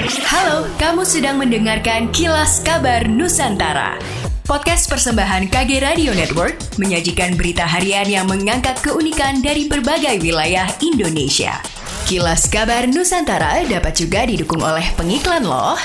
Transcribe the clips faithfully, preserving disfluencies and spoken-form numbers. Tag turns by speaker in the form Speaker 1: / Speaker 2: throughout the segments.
Speaker 1: Halo, kamu sedang mendengarkan Kilas Kabar Nusantara. Podcast persembahan K G Radio Network menyajikan berita harian yang mengangkat keunikan dari berbagai wilayah Indonesia. Kilas Kabar Nusantara dapat juga didukung oleh pengiklan loh.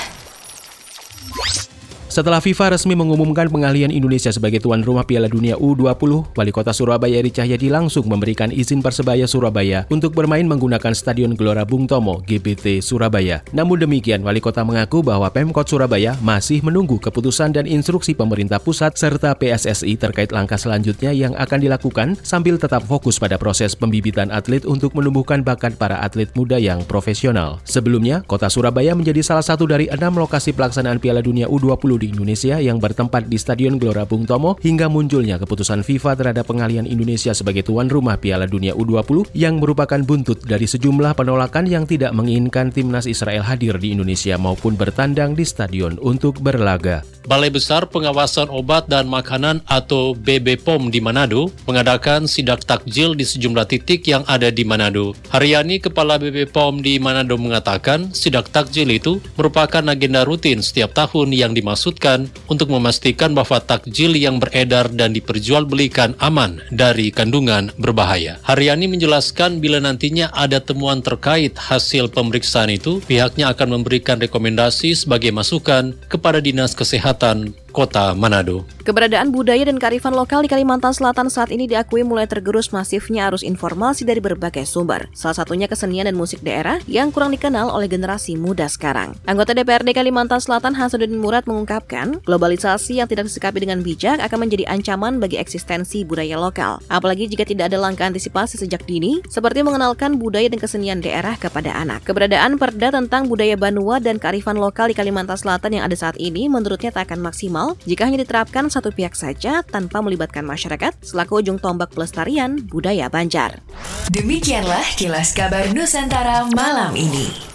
Speaker 2: Setelah FIFA resmi mengumumkan pengalihan Indonesia sebagai tuan rumah Piala Dunia U dua puluh, Wali Kota Surabaya Eri Cahyadi langsung memberikan izin Persebaya Surabaya untuk bermain menggunakan Stadion Gelora Bung Tomo G B T Surabaya. Namun demikian, Wali Kota mengaku bahwa Pemkot Surabaya masih menunggu keputusan dan instruksi pemerintah pusat serta P S S I terkait langkah selanjutnya yang akan dilakukan sambil tetap fokus pada proses pembibitan atlet untuk menumbuhkan bakat para atlet muda yang profesional. Sebelumnya, Kota Surabaya menjadi salah satu dari enam lokasi pelaksanaan Piala Dunia U dua puluh di Indonesia yang bertempat di Stadion Gelora Bung Tomo hingga munculnya keputusan FIFA terhadap pengalihan Indonesia sebagai tuan rumah Piala Dunia U dua puluh yang merupakan buntut dari sejumlah penolakan yang tidak menginginkan timnas Israel hadir di Indonesia maupun bertandang di stadion untuk berlaga.
Speaker 3: Balai Besar Pengawasan Obat dan Makanan atau B B P O M di Manado mengadakan sidak takjil di sejumlah titik yang ada di Manado. Haryani, Kepala B B P O M di Manado mengatakan sidak takjil itu merupakan agenda rutin setiap tahun yang dimaksudkan untuk memastikan bahwa takjil yang beredar dan diperjualbelikan aman dari kandungan berbahaya. Haryani menjelaskan bila nantinya ada temuan terkait hasil pemeriksaan itu, pihaknya akan memberikan rekomendasi sebagai masukan kepada Dinas Kesehatan Kota Manado.
Speaker 4: Keberadaan budaya dan kearifan lokal di Kalimantan Selatan saat ini diakui mulai tergerus masifnya arus informasi dari berbagai sumber. Salah satunya kesenian dan musik daerah yang kurang dikenal oleh generasi muda sekarang. Anggota D P R D Kalimantan Selatan Hasanuddin Murad mengungkapkan, globalisasi yang tidak disikapi dengan bijak akan menjadi ancaman bagi eksistensi budaya lokal. Apalagi jika tidak ada langkah antisipasi sejak dini, seperti mengenalkan budaya dan kesenian daerah kepada anak. Keberadaan perda tentang budaya Banua dan kearifan lokal di Kalimantan Selatan yang ada saat ini menurutnya tak akan maksimal jika hanya diterapkan satu pihak saja tanpa melibatkan masyarakat selaku ujung tombak pelestarian budaya Banjar.
Speaker 1: Demikianlah Kilas Kabar Nusantara malam ini.